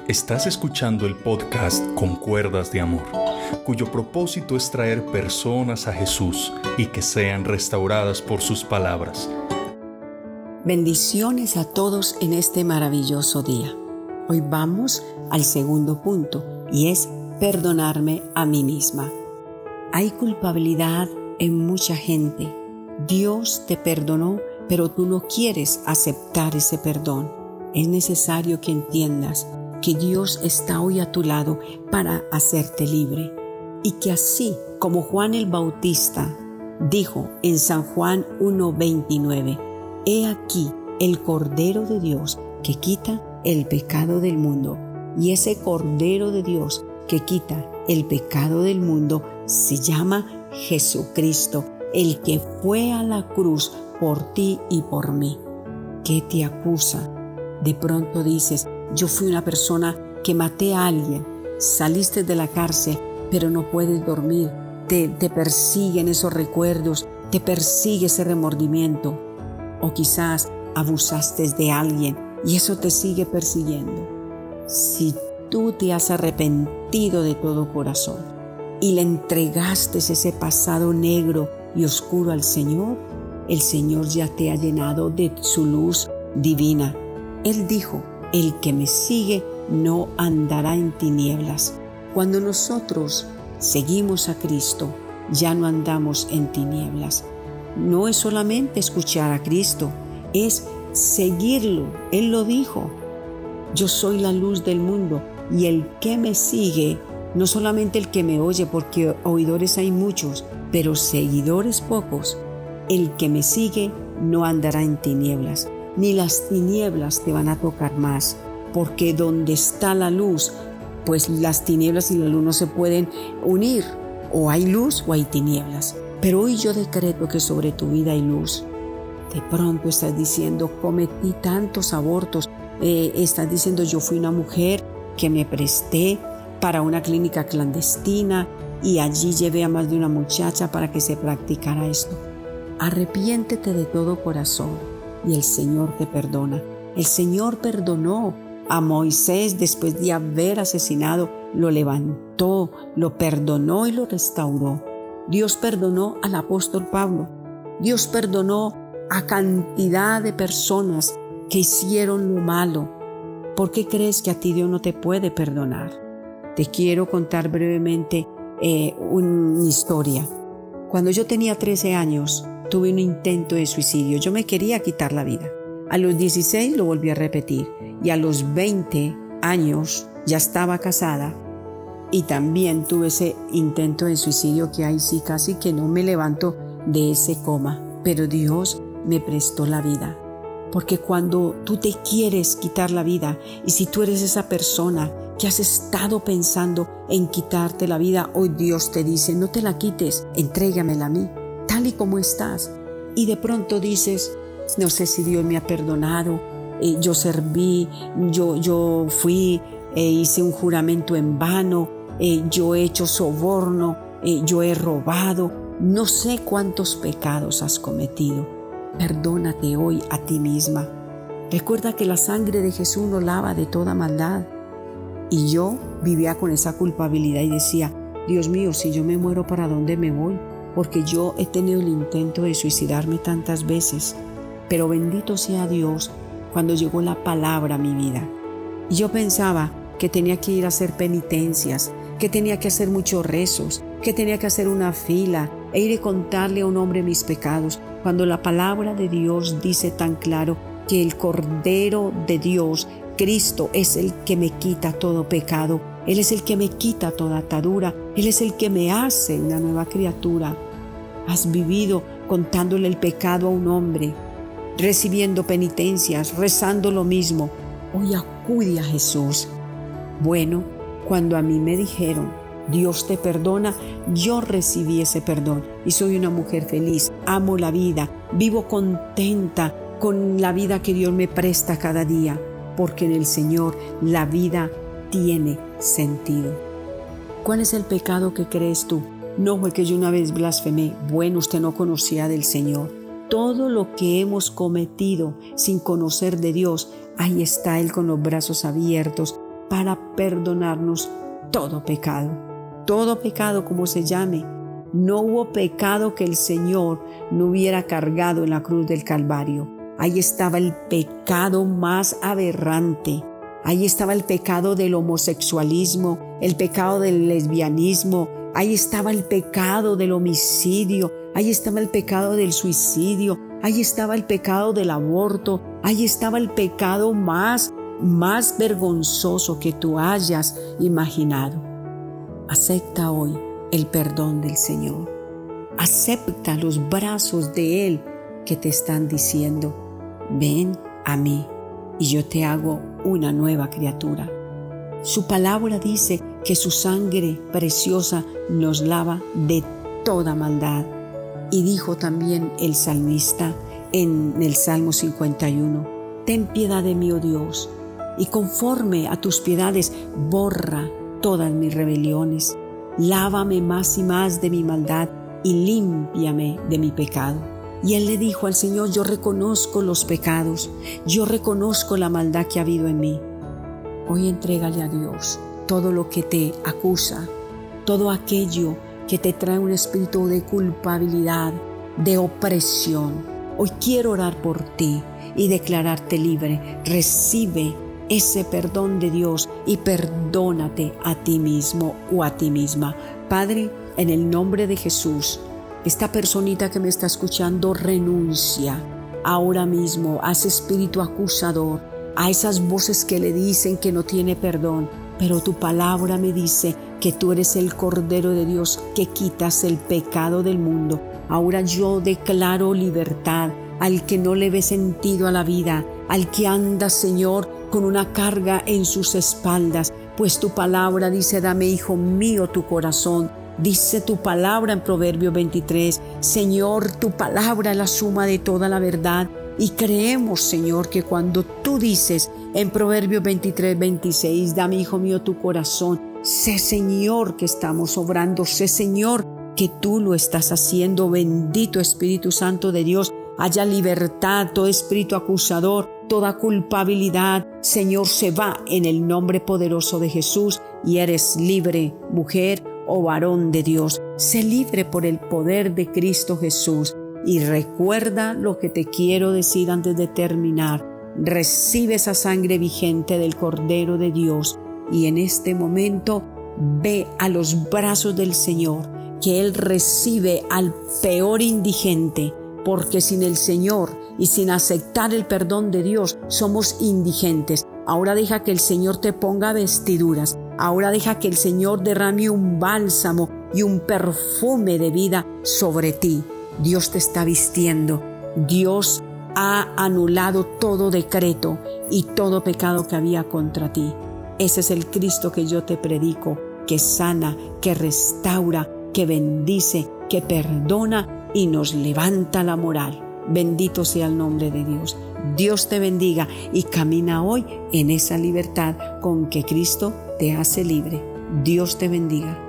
Estás escuchando el podcast Con Cuerdas de Amor, cuyo propósito es traer personas a Jesús y que sean restauradas por sus palabras. Bendiciones a todos en este maravilloso día. Hoy vamos al segundo punto y es perdonarme a mí misma. Hay culpabilidad en mucha gente. Dios te perdonó, pero tú no quieres aceptar ese perdón. Es necesario que entiendas que Dios está hoy a tu lado para hacerte libre y que así como Juan el Bautista dijo en San Juan 1:29, «He aquí el Cordero de Dios que quita el pecado del mundo», y ese Cordero de Dios que quita el pecado del mundo se llama Jesucristo, el que fue a la cruz por ti y por mí. ¿Qué te acusa? De pronto dices, yo fui una persona que maté a alguien, saliste de la cárcel, pero no puedes dormir, te persiguen esos recuerdos, te persigue ese remordimiento, o quizás abusaste de alguien y eso te sigue persiguiendo. Si tú te has arrepentido de todo corazón y le entregaste ese pasado negro y oscuro al Señor, el Señor ya te ha llenado de su luz divina. Él dijo, el que me sigue no andará en tinieblas. Cuando nosotros seguimos a Cristo, ya no andamos en tinieblas. No es solamente escuchar a Cristo, es seguirlo. Él lo dijo, yo soy la luz del mundo y el que me sigue, no solamente el que me oye, porque oidores hay muchos, pero seguidores pocos. El que me sigue no andará en tinieblas, ni las tinieblas te van a tocar más, porque donde está la luz, pues las tinieblas y la luz no se pueden unir, o hay luz o hay tinieblas. Pero hoy yo decreto que sobre tu vida hay luz. De pronto estás diciendo, cometí tantos abortos, estás diciendo, yo fui una mujer que me presté para una clínica clandestina y allí llevé a más de una muchacha para que se practicara esto. Arrepiéntete de todo corazón y el Señor te perdona. El Señor perdonó a Moisés después de haber asesinado, lo levantó, lo perdonó y lo restauró. Dios perdonó al apóstol Pablo. Dios perdonó a cantidad de personas que hicieron lo malo. ¿Por qué crees que a ti Dios no te puede perdonar? Te quiero contar brevemente una historia. Cuando yo tenía 13 años, tuve un intento de suicidio. Yo me quería quitar la vida. A los 16 lo volví a repetir y a los 20 años ya estaba casada y también tuve ese intento de suicidio que ahí sí casi que no me levanto de ese coma. Pero Dios me prestó la vida. Porque cuando tú te quieres quitar la vida y si tú eres esa persona que has estado pensando en quitarte la vida, hoy Dios te dice, no te la quites, entrégamela a mí, tal y como estás. Y de pronto dices, no sé si Dios me ha perdonado, yo serví, yo fui, hice un juramento en vano, yo he hecho soborno, yo he robado, no sé cuántos pecados has cometido. Perdónate hoy a ti misma. Recuerda que la sangre de Jesús nos lava de toda maldad. Y yo vivía con esa culpabilidad y decía, Dios mío, si yo me muero, ¿para dónde me voy? Porque yo he tenido el intento de suicidarme tantas veces. Pero bendito sea Dios cuando llegó la palabra a mi vida. Y yo pensaba que tenía que ir a hacer penitencias, que tenía que hacer muchos rezos, que tenía que hacer una fila e ir a contarle a un hombre mis pecados, cuando la palabra de Dios dice tan claro que el Cordero de Dios, Cristo, es el que me quita todo pecado. Él es el que me quita toda atadura. Él es el que me hace una nueva criatura. Has vivido contándole el pecado a un hombre, recibiendo penitencias, rezando lo mismo. Hoy acude a Jesús. Bueno, cuando a mí me dijeron, Dios te perdona, yo recibí ese perdón y soy una mujer feliz, amo la vida, vivo contenta con la vida que Dios me presta cada día, porque en el Señor la vida tiene sentido. ¿Cuál es el pecado que crees tú? No fue que yo una vez blasfemé. Bueno, usted no conocía del Señor. Todo lo que hemos cometido sin conocer de Dios, ahí está Él con los brazos abiertos para perdonarnos todo pecado. Todo pecado como se llame. No hubo pecado que el Señor no hubiera cargado en la cruz del Calvario. Ahí estaba el pecado más aberrante. Ahí estaba el pecado del homosexualismo, el pecado del lesbianismo. Ahí estaba el pecado del homicidio. Ahí estaba el pecado del suicidio. Ahí estaba el pecado del aborto. Ahí estaba el pecado más vergonzoso que tú hayas imaginado. Acepta hoy el perdón del Señor. Acepta los brazos de Él que te están diciendo: ven a mí y yo te hago una nueva criatura. Su palabra dice que su sangre preciosa nos lava de toda maldad. Y dijo también el salmista en el Salmo 51: ten piedad de mí, oh Dios, y conforme a tus piedades borra todas mis rebeliones. Lávame más y más de mi maldad y límpiame de mi pecado. Y él le dijo al Señor: yo reconozco los pecados, yo reconozco la maldad que ha habido en mí. Hoy entrégale a Dios todo lo que te acusa, todo aquello que te trae un espíritu de culpabilidad, de opresión. Hoy quiero orar por ti y declararte libre. Recibe ese perdón de Dios y perdónate a ti mismo o a ti misma. Padre, en el nombre de Jesús, esta personita que me está escuchando renuncia ahora mismo a ese espíritu acusador, a esas voces que le dicen que no tiene perdón. Pero tu palabra me dice que tú eres el Cordero de Dios que quitas el pecado del mundo. Ahora yo declaro libertad al que no le ve sentido a la vida, al que anda, Señor, con una carga en sus espaldas. Pues tu palabra dice: dame, hijo mío, tu corazón. Dice tu palabra en Proverbios 23, Señor, tu palabra es la suma de toda la verdad. Y creemos, Señor, que cuando tú dices en Proverbios 23, 26, dame, hijo mío, tu corazón, sé, Señor, que estamos obrando, sé, Señor, que tú lo estás haciendo. Bendito Espíritu Santo de Dios, haya libertad, todo espíritu acusador, toda culpabilidad, Señor, se va en el nombre poderoso de Jesús y eres libre, mujer o varón de Dios. Sé libre por el poder de Cristo Jesús. Y recuerda lo que te quiero decir antes de terminar. Recibe esa sangre vigente del Cordero de Dios y en este momento ve a los brazos del Señor, que Él recibe al peor indigente, porque sin el Señor y sin aceptar el perdón de Dios somos indigentes. Ahora deja que el Señor te ponga vestiduras. Ahora deja que el Señor derrame un bálsamo y un perfume de vida sobre ti. Dios te está vistiendo. Dios ha anulado todo decreto y todo pecado que había contra ti. Ese es el Cristo que yo te predico, que sana, que restaura, que bendice, que perdona y nos levanta la moral. Bendito sea el nombre de Dios. Dios te bendiga y camina hoy en esa libertad con que Cristo te hace libre. Dios te bendiga.